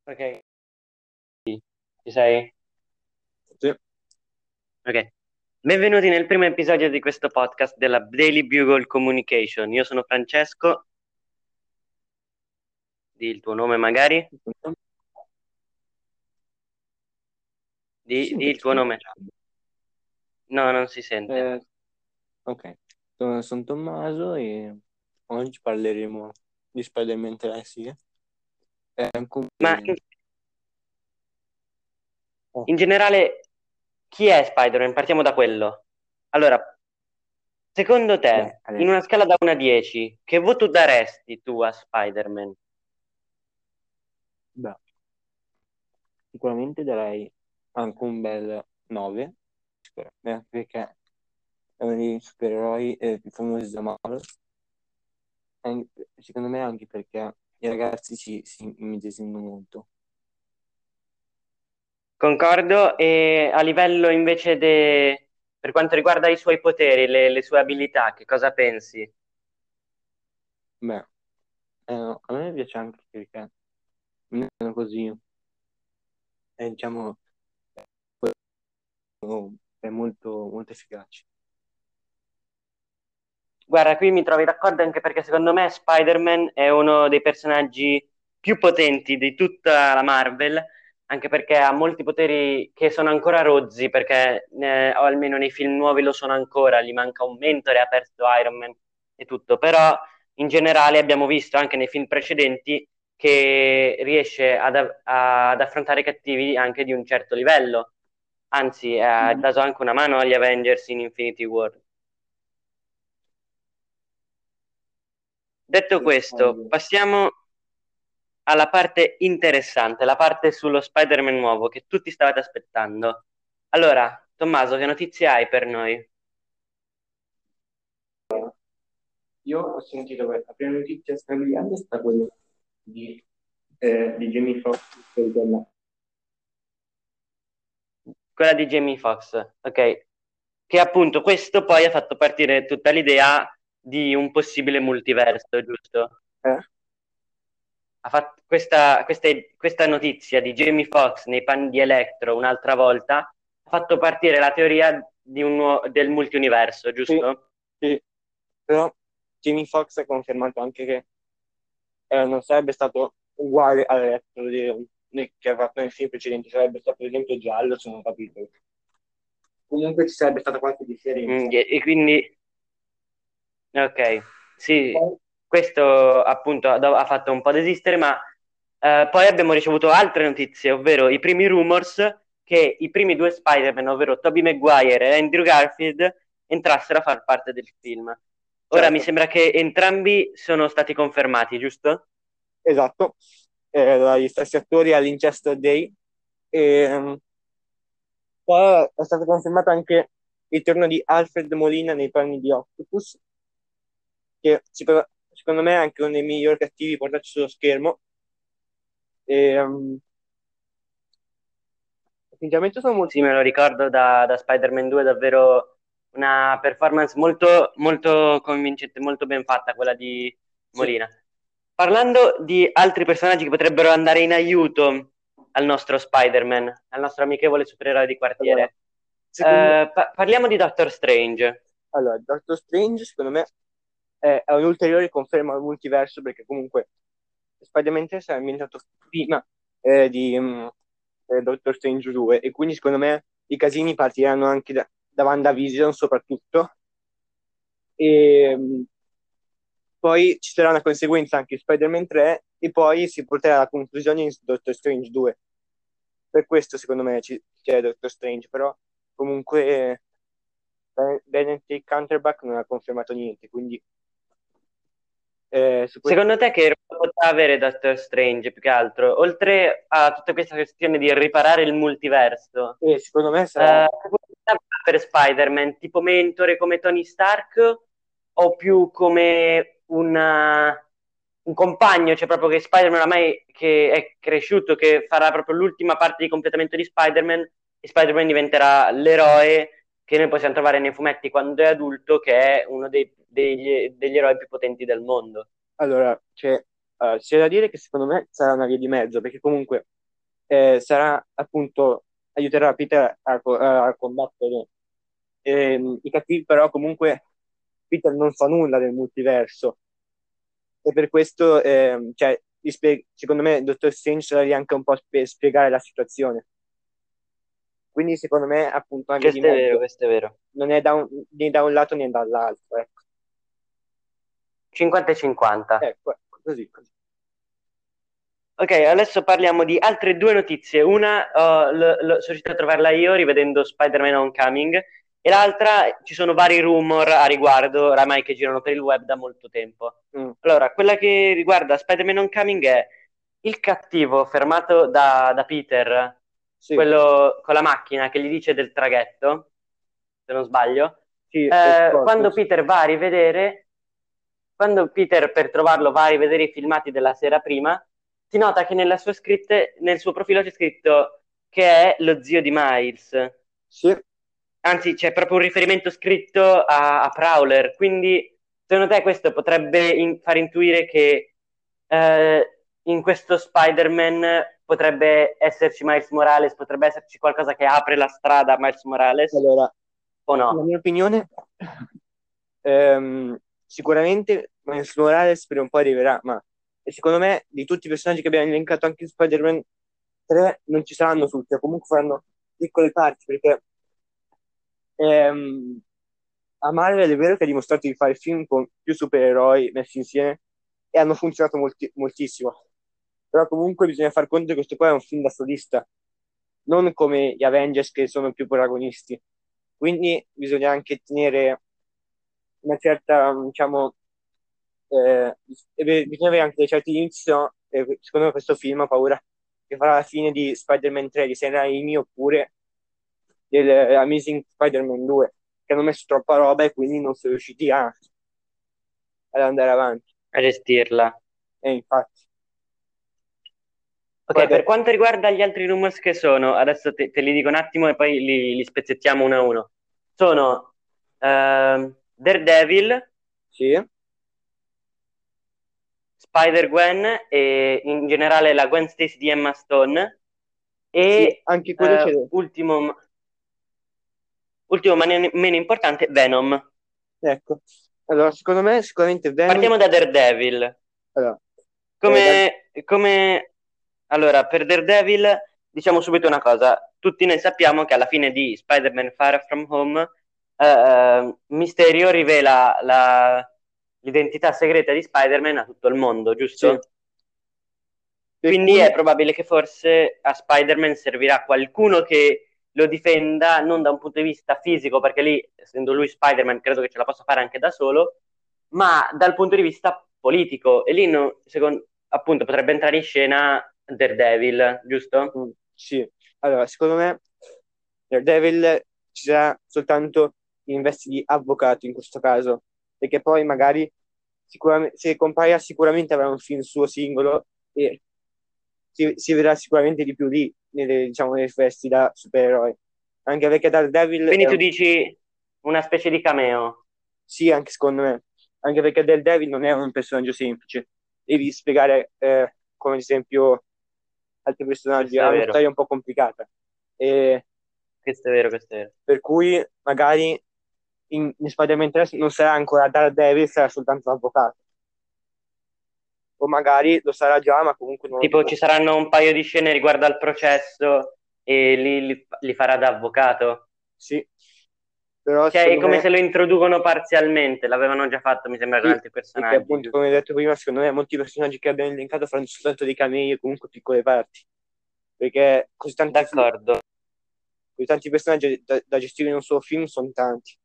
Ok, ci sei? Sì. Ok. Benvenuti nel primo episodio di questo podcast della Daily Bugle Communication. Io sono Francesco, di il tuo nome magari, di Senti, il tuo nome. No, non si sente. Eh, ok, sono Tommaso e oggi parleremo di Spider-Man 3, sì. Ma Comunque, in generale, chi è Spider-Man? Partiamo da quello. Allora, secondo beh, te, in adesso, una scala da 1 a 10, che voto daresti tu a Spider-Man? beh, sicuramente darei anche un bel 9, perché è uno dei supereroi più famosi da Marvel. Secondo me anche perché i ragazzi si immedesimano molto. Concordo, e a livello invece per quanto riguarda i suoi poteri, le sue abilità, che cosa pensi? Beh, a me piace anche perché non è così, diciamo, è molto, molto efficace. Guarda, qui mi trovi d'accordo anche perché secondo me Spider-Man è uno dei personaggi più potenti di tutta la Marvel, anche perché ha molti poteri che sono ancora rozzi, perché o almeno nei film nuovi lo sono ancora, gli manca un mentore, ha perso Iron Man e tutto, però in generale abbiamo visto anche nei film precedenti che riesce ad affrontare i cattivi anche di un certo livello, anzi ha Mhm. dato anche una mano agli Avengers in Infinity War. Detto Sì, questo, passiamo alla parte interessante, la parte sullo Spider-Man nuovo che tutti stavate aspettando. Allora, Tommaso, che notizie hai per noi? io ho sentito che la prima notizia strabiliante è stata quella di Jamie Foxx, Quella di Jamie Foxx, ok? Che appunto questo poi ha fatto partire tutta l'idea di un possibile multiverso, giusto? eh? Questa notizia di Jamie Foxx nei panni di Electro un'altra volta ha fatto partire la teoria del multiuniverso, Sì, giusto? sì, però Jamie Foxx ha confermato anche che non sarebbe stato uguale al resto che ha fatto nei film precedenti, sarebbe stato ad esempio giallo, se non ho capito. Comunque ci sarebbe stata qualche differenza. E quindi, ok, sì, Poi, questo appunto ha fatto un po' desistere, ma poi abbiamo ricevuto altre notizie, ovvero i primi rumors che i primi due Spider-Man, ovvero Tobey Maguire e Andrew Garfield, entrassero a far parte del film. Ora mi certo, sembra che entrambi sono stati confermati, giusto? esatto, dagli stessi attori all'Inchester Day. E, poi è stato confermato anche il ritorno di Alfred Molina nei panni di Octopus, che secondo me è anche uno dei migliori cattivi portati sullo schermo. E, sinceramente sono molto... Sì, me lo ricordo da Spider-Man 2, davvero una performance molto, molto convincente, molto ben fatta quella di Sì. Molina. Parlando di altri personaggi che potrebbero andare in aiuto al nostro Spider-Man, al nostro amichevole supereroe di Allora, quartiere, secondo... parliamo di Doctor Strange. allora, Doctor Strange secondo me è un'ulteriore conferma al multiverso perché comunque Spider-Man 3 sarà ambientato prima di Doctor Strange 2 e quindi secondo me i casini partiranno anche da WandaVision soprattutto e poi ci sarà una conseguenza anche in Spider-Man 3 e poi si porterà alla conclusione in Doctor Strange 2. Per questo secondo me c'è Doctor Strange, però comunque Benedict Cumberbatch non ha confermato niente, quindi su questo Secondo te che ruolo potrà avere Doctor Strange più che altro? Oltre a tutta questa questione di riparare il multiverso, secondo me sarà che possibilità avrà per Spider-Man? Tipo mentore come Tony Stark o più come un compagno, cioè proprio che Spider-Man oramai che è cresciuto, che farà proprio l'ultima parte di completamento di Spider-Man e Spider-Man diventerà l'eroe che noi possiamo trovare nei fumetti quando è adulto, che è uno degli eroi più potenti del mondo. allora c'è da dire che secondo me sarà una via di mezzo, perché comunque sarà appunto, aiuterà Peter a combattere i cattivi, però comunque Peter non fa nulla del multiverso e per questo, cioè, secondo me, il Dottor Strange sarà lì anche un po' per spiegare la situazione. Quindi secondo me appunto una via di Questo è vero, mezzo, questo è vero. non è né da un lato né dall'altro, ecco. 50 e 50. Ecco, così. Ok, adesso parliamo di altre due notizie. Una, sono riuscito a trovarla io rivedendo Spider-Man Homecoming, e l'altra, ci sono vari rumor a riguardo, oramai che girano per il web da molto tempo. Mm, Allora, quella che riguarda Spider-Man Homecoming è il cattivo fermato da Peter, sì, quello con la macchina che gli dice del traghetto, se non sbaglio. sì, lo scorpion, Quando sì. Peter va a rivedere, quando Peter per trovarlo va a rivedere i filmati della sera prima, si nota che nel suo profilo c'è scritto che è lo zio di Miles. Sì, Anzi, c'è proprio un riferimento scritto a Prowler. Quindi, secondo te, questo potrebbe far intuire che in questo Spider-Man potrebbe esserci Miles Morales, potrebbe esserci qualcosa che apre la strada a Miles Morales, allora, o la no? mia opinione, sicuramente Miles Morales per un po' arriverà, ma secondo me di tutti i personaggi che abbiamo elencato anche in Spider-Man 3 non ci saranno tutti, o comunque faranno piccole parti, perché ehm, a Marvel è vero che ha dimostrato di fare film con più supereroi messi insieme e hanno funzionato moltissimo, però comunque bisogna far conto che questo qua è un film da solista, non come gli Avengers che sono più protagonisti. Quindi bisogna anche tenere una certa, diciamo, bisogna avere anche dei certi inizi, no? Secondo me questo film ha paura che farà la fine di Spider-Man 3 di Sam Raimi oppure del Amazing Spider-Man 2, che hanno messo troppa roba e quindi non sono riusciti ad andare avanti. A gestirla. E infatti, poi Ok, per vabbè, quanto riguarda gli altri rumors che sono, adesso te li dico un attimo e poi li spezzettiamo uno a uno. Sono Daredevil, sì, Spider-Gwen e in generale la Gwen Stacy di Emma Stone sì, e anche quello c'è. ultimo ma meno importante, Venom. Ecco, allora secondo me sicuramente Venom, Partiamo da Daredevil. allora, eh, da- Come... Allora, per Daredevil diciamo subito una cosa. Tutti noi sappiamo che alla fine di Spider-Man Far From Home Mysterio rivela l'identità segreta di Spider-Man a tutto il mondo, sì, giusto? per Quindi è cui probabile che forse a Spider-Man servirà qualcuno che lo difenda non da un punto di vista fisico, perché lì, essendo lui Spider-Man, credo che ce la possa fare anche da solo, ma dal punto di vista politico. E lì, appunto, potrebbe entrare in scena Daredevil, giusto? sì, allora secondo me Daredevil ci sarà soltanto in veste di avvocato in questo caso, perché poi magari se comparirà sicuramente avrà un film suo singolo e si vedrà sicuramente di più lì diciamo, nelle vesti da supereroe. Anche perché Daredevil Quindi tu dici una specie di cameo. sì, anche secondo me, anche perché Daredevil non è un personaggio semplice, devi spiegare come ad esempio altri personaggi, Questo è ha una vero, storia un po' complicata. E questo è vero, questo è vero. per cui magari in Spider-Man 3 non sarà ancora Daredevil, sarà soltanto un avvocato. O magari lo sarà già, ma comunque non lo Tipo, dico. ci saranno un paio di scene riguardo al processo e li farà da avvocato. Sì, però Cioè, è secondo come me se lo introducono parzialmente, l'avevano già fatto, mi sembra, con sì, altri perché personaggi, appunto, come giusto? ho detto prima, secondo me molti personaggi che abbiamo elencato faranno soltanto dei camei e comunque piccole parti. Perché D'accordo. così tanti personaggi da gestire in un solo film sono tanti.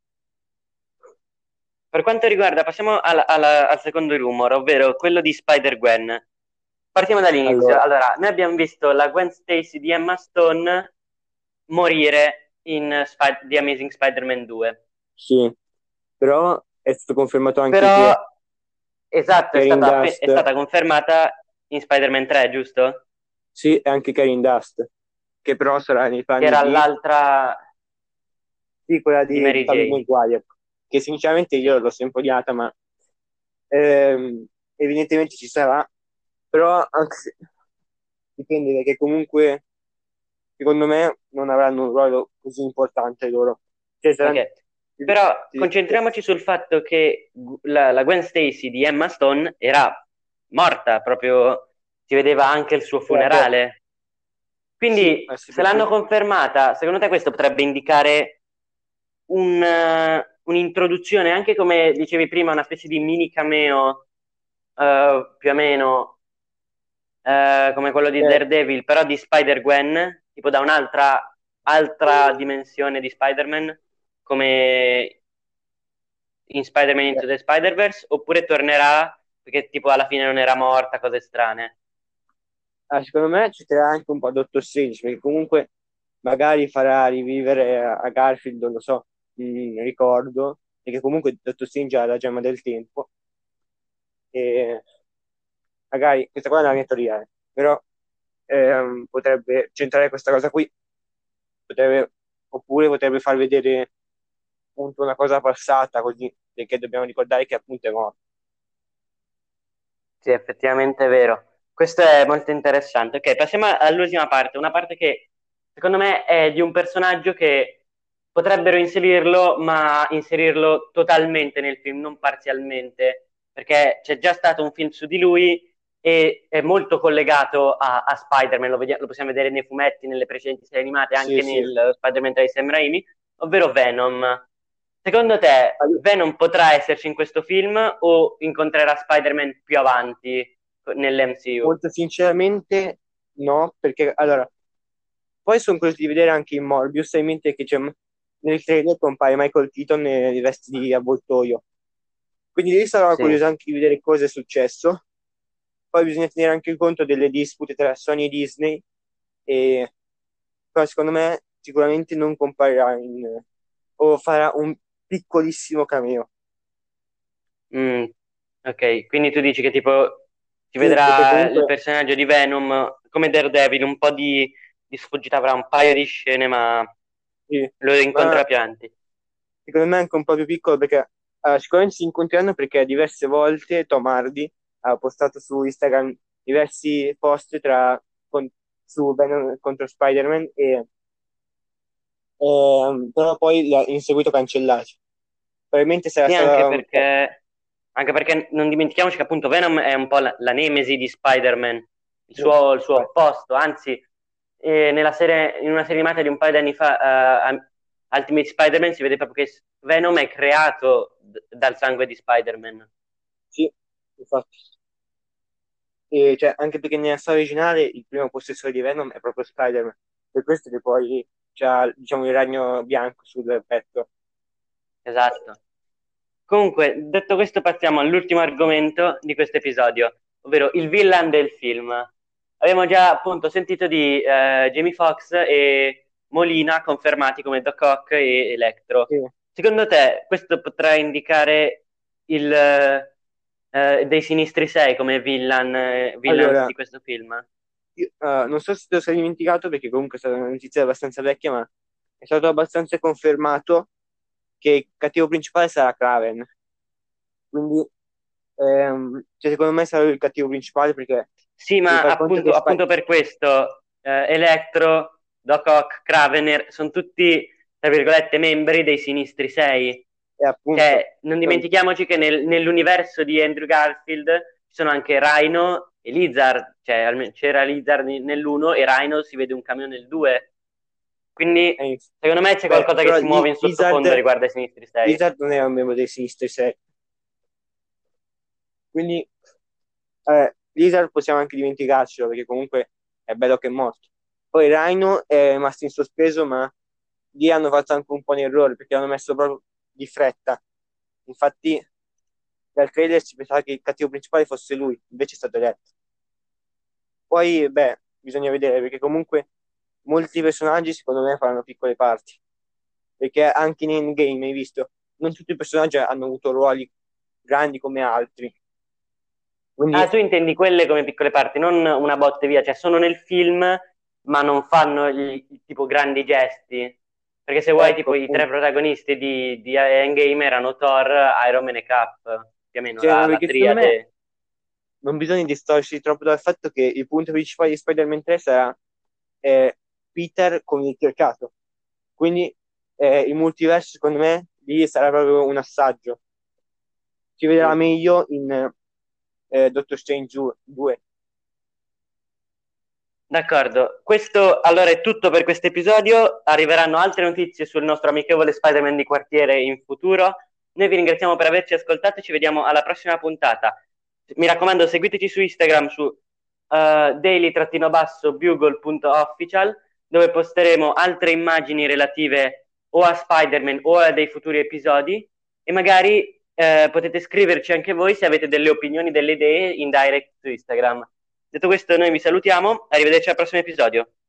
Per quanto riguarda, passiamo al secondo rumor, ovvero quello di Spider-Gwen. Partiamo dall'inizio. Allora, Allora, noi abbiamo visto la Gwen Stacy di Emma Stone morire in The Amazing Spider-Man 2. sì, però è stato confermato anche Però, che esatto, Karen è Dust, stata confermata in Spider-Man 3, giusto? sì, e anche Karen Dust, che però sarà nei Che panni era di, l'altra sì, quella di di Mary Tobey Jane. Maguire, che sinceramente io l'ho sempre odiata, ma evidentemente ci sarà, però anche se, dipende perché comunque secondo me non avranno un ruolo così importante loro. Cioè, saranno... Ok. Però concentriamoci sul fatto che la Gwen Stacy di Emma Stone era morta, proprio si vedeva anche il suo Beh, funerale. sì, Quindi, se l'hanno confermata, secondo te questo potrebbe indicare un'introduzione, anche come dicevi prima, una specie di mini cameo, più o meno, come quello di eh, Daredevil, però di Spider-Gwen, tipo da altra dimensione di Spider-Man, come in Spider-Man beh, Into the Spider-Verse, oppure tornerà perché tipo alla fine non era morta, cose strane. secondo me ci sarà anche un po' Dottor Strange, perché comunque magari farà rivivere a Garfield, non lo so, un ricordo, perché comunque Dottor Strange ha la gemma del tempo, e magari, questa qua è la mia teoria, però potrebbe centrare questa cosa qui, potrebbe, oppure potrebbe far vedere appunto una cosa passata, così, perché dobbiamo ricordare che appunto è morto. Sì, effettivamente è vero. Questo è molto interessante. Ok, passiamo all'ultima parte, una parte che secondo me è di un personaggio che potrebbero inserirlo, ma inserirlo totalmente nel film, non parzialmente, perché c'è già stato un film su di lui e è molto collegato a Spider-Man, lo possiamo vedere nei fumetti, nelle precedenti serie animate, Sì, anche sì. nel Spider-Man di Sam Raimi, ovvero Venom. Secondo te Allora, Venom potrà esserci in questo film o incontrerà Spider-Man più avanti nell'MCU? molto sinceramente no, perché allora, poi sono curioso di vedere anche in Morbius, hai in mente che nel trailer compare Michael Keaton nei vesti di avvoltoio. Quindi lì sarò Sì. curioso anche di vedere cosa è successo. Poi bisogna tenere anche conto delle dispute tra Sony e Disney, e però secondo me sicuramente non comparirà o farà un piccolissimo cameo. Mm, ok, quindi tu dici che tipo si Sì, perché vedrà il comunque personaggio di Venom come Daredevil, un po' di sfuggita, avrà un paio di scene, ma sì, lo ma incontra pianti. secondo me è anche un po' più piccolo perché sicuramente si incontreranno perché diverse volte Tom Hardy ha postato su Instagram diversi post su Venom contro Spider-Man però poi in seguito cancellati. Probabilmente sarà Sì, stata un po'. anche perché non dimentichiamoci che appunto Venom è un po' la nemesi di Spider-Man, Sì, il suo opposto, anzi, in una serie animata di un paio di anni fa, Ultimate Spider-Man, si vede proprio che Venom è creato dal sangue di Spider-Man. sì, infatti. E, cioè, anche perché nella storia originale il primo possessore di Venom è proprio Spider-Man. Per questo che poi c'ha, diciamo, il ragno bianco sul petto. Esatto. Comunque, detto questo, passiamo all'ultimo argomento di questo episodio, ovvero il villain del film. Abbiamo già appunto sentito di Jamie Foxx e Molina confermati come Doc Ock e Electro. Sì. Secondo te questo potrà indicare dei Sinistri 6 come villains Allora, di questo film? non so se te lo sei dimenticato perché comunque è stata una notizia abbastanza vecchia, ma è stato abbastanza confermato che il cattivo principale sarà Kraven. Quindi, cioè, secondo me sarà lui il cattivo principale perché Sì, devi ma far conto che appunto per questo Electro, Doc Ock, Cravener sono tutti, tra virgolette, membri dei Sinistri 6. è appunto, Cioè, non dimentichiamoci che nell'universo di Andrew Garfield ci sono anche Rhino e Lizard, cioè c'era Lizard nell'1 e Rhino si vede un camion nel 2. Quindi, secondo me c'è beh, qualcosa che però si muove in sottofondo riguardo ai Sinistri 6. Lizard non è un membro dei Sinistri 6. Quindi, Lizard possiamo anche dimenticarcelo perché comunque è bello che è morto. Poi Rhino è rimasto in sospeso, ma lì hanno fatto anche un po' un errore perché l'hanno messo proprio di fretta. Infatti, dal trailer si pensava che il cattivo principale fosse lui, invece è stato eletto. Poi, beh, bisogna vedere perché comunque molti personaggi secondo me faranno piccole parti. Perché anche in Endgame, hai visto, non tutti i personaggi hanno avuto ruoli grandi come altri. Ah, Quindi, tu intendi quelle come piccole parti, non una botte via, cioè sono nel film, ma non fanno i tipo grandi gesti. Perché se vuoi, ecco, tipo, i tre appunto. protagonisti di Endgame erano Thor, Iron Man e Cap, più o meno Cioè, no, la perché secondo me triade. non bisogna distorcersi troppo dal fatto che il punto principale di Spider-Man 3 sarà Peter con il cercato. Quindi il multiverso, secondo me, lì sarà proprio un assaggio. Si vedrà Mm. meglio in Doctor Strange 2. D'accordo, questo allora è tutto per questo episodio. Arriveranno altre notizie sul nostro amichevole Spider-Man di quartiere in futuro. Noi vi ringraziamo per averci ascoltato e ci vediamo alla prossima puntata. Mi raccomando, seguiteci su Instagram su daily-bugle.official, dove posteremo altre immagini relative o a Spider-Man o a dei futuri episodi, e magari potete scriverci anche voi se avete delle opinioni, delle idee in direct su Instagram. Detto questo, noi vi salutiamo, arrivederci al prossimo episodio.